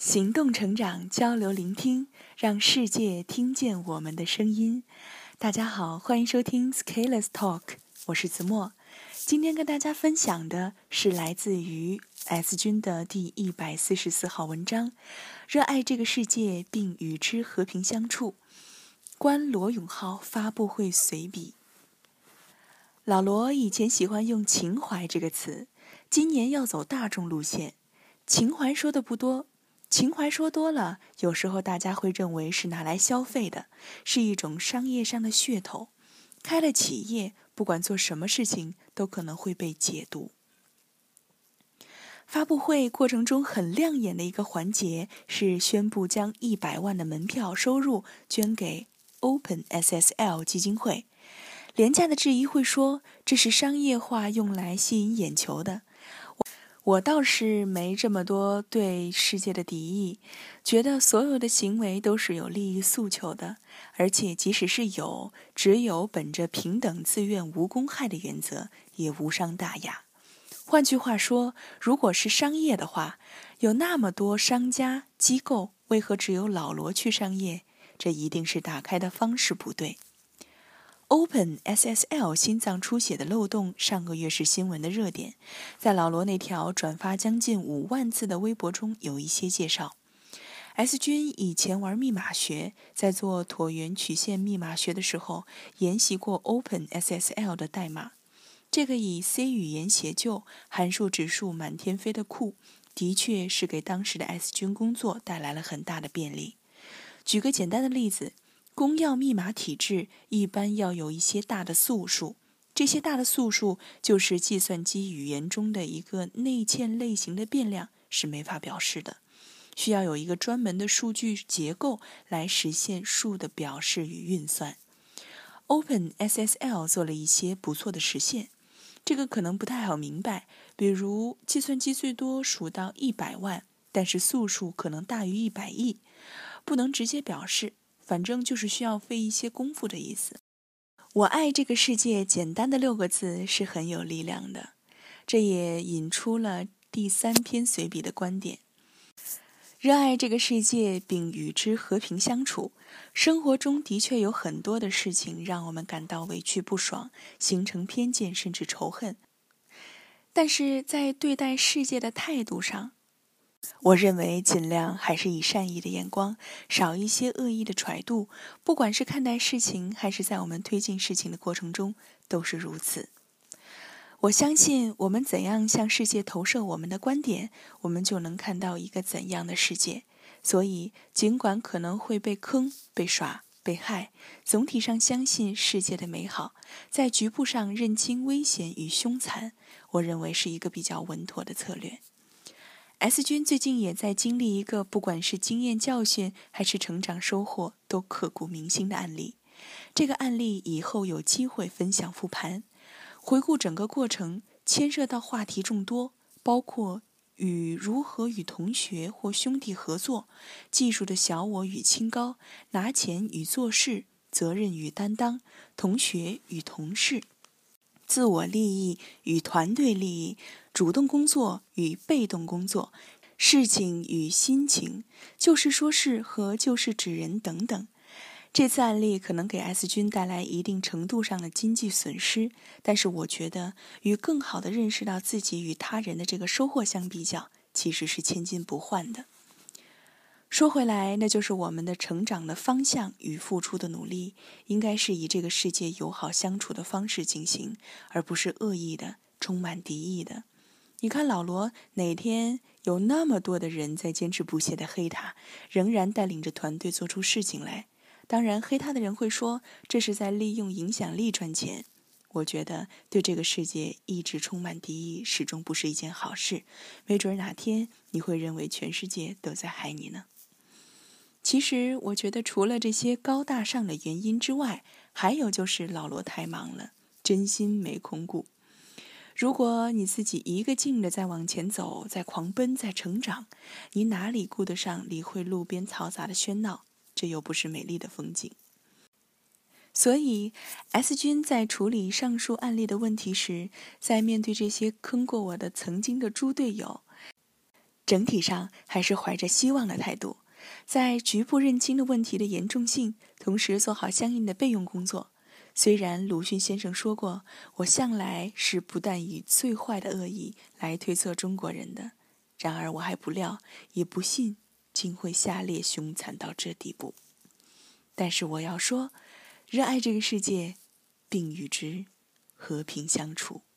行动成长，交流聆听，让世界听见我们的声音。大家好，欢迎收听 Scaleless Talk， 我是子墨。今天跟大家分享的是来自于 S 君的第144号文章，热爱这个世界并与之和平相处。观罗永浩发布会随笔。老罗以前喜欢用情怀这个词，今年要走大众路线。情怀说的不多，情怀说多了，有时候大家会认为是拿来消费的，是一种商业上的噱头。开了企业，不管做什么事情，都可能会被解读。发布会过程中很亮眼的一个环节是宣布将100万的门票收入捐给 OpenSSL 基金会。廉价的质疑会说这是商业化用来吸引眼球的。我倒是没这么多对世界的敌意，觉得所有的行为都是有利益诉求的，而且即使是只有本着平等、自愿、无公害的原则，也无伤大雅。换句话说，如果是商业的话，有那么多商家机构，为何只有老罗去商业？这一定是打开的方式不对。OpenSSL 心脏出血的漏洞上个月是新闻的热点，在老罗那条转发将近5万次的微博中有一些介绍。S 君以前玩密码学，在做椭圆曲线密码学的时候研习过 OpenSSL 的代码。这个以 C 语言写就、函数指数满天飞的库，的确是给当时的 S 君工作带来了很大的便利。举个简单的例子，公钥密码体制一般要有一些大的素数，这些大的素数就是计算机语言中的一个内嵌类型的变量，是没法表示的，需要有一个专门的数据结构来实现数的表示与运算。OpenSSL 做了一些不错的实现，这个可能不太好明白，比如计算机最多数到100万，但是素数可能大于100亿，不能直接表示，反正就是需要费一些功夫的意思。我爱这个世界简单的6个字是很有力量的，这也引出了第3篇随笔的观点。热爱这个世界并与之和平相处。生活中的确有很多的事情让我们感到委屈不爽，形成偏见甚至仇恨。但是在对待世界的态度上，我认为尽量还是以善意的眼光，少一些恶意的揣度，不管是看待事情还是在我们推进事情的过程中，都是如此。我相信我们怎样向世界投射我们的观点，我们就能看到一个怎样的世界。所以尽管可能会被坑、被耍、被害，总体上相信世界的美好，在局部上认清危险与凶残，我认为是一个比较稳妥的策略。S 君最近也在经历一个不管是经验教训还是成长收获都刻骨铭心的案例，这个案例以后有机会分享复盘。回顾整个过程，牵涉到话题众多，包括如何与同学或兄弟合作，技术的小我与清高，拿钱与做事，责任与担当，同学与同事，自我利益与团队利益，主动工作与被动工作，事情与心情，就事说事和就事指人等等。这次案例可能给 S 君带来一定程度上的经济损失，但是我觉得与更好地认识到自己与他人的这个收获相比较，其实是千金不换的。说回来，那就是我们的成长的方向与付出的努力，应该是以这个世界友好相处的方式进行，而不是恶意的、充满敌意的。你看老罗哪天有那么多的人在坚持不懈地黑他，仍然带领着团队做出事情来。当然，黑他的人会说这是在利用影响力赚钱。我觉得对这个世界一直充满敌意，始终不是一件好事。没准哪天你会认为全世界都在害你呢。其实我觉得除了这些高大上的原因之外，还有就是老罗太忙了，真心没空顾。如果你自己一个劲的在往前走，在狂奔，在成长，你哪里顾得上理会路边嘈杂的喧闹？这又不是美丽的风景。所以 S 君在处理上述案例的问题时，在面对这些坑过我的曾经的猪队友， 整体上还是怀着希望的态度，在局部认清了问题的严重性，同时做好相应的备用工作。虽然鲁迅先生说过，我向来是不但以最坏的恶意来推测中国人的，然而我还不料，也不信，竟会下列凶残到这地步。但是我要说，热爱这个世界，并与之和平相处。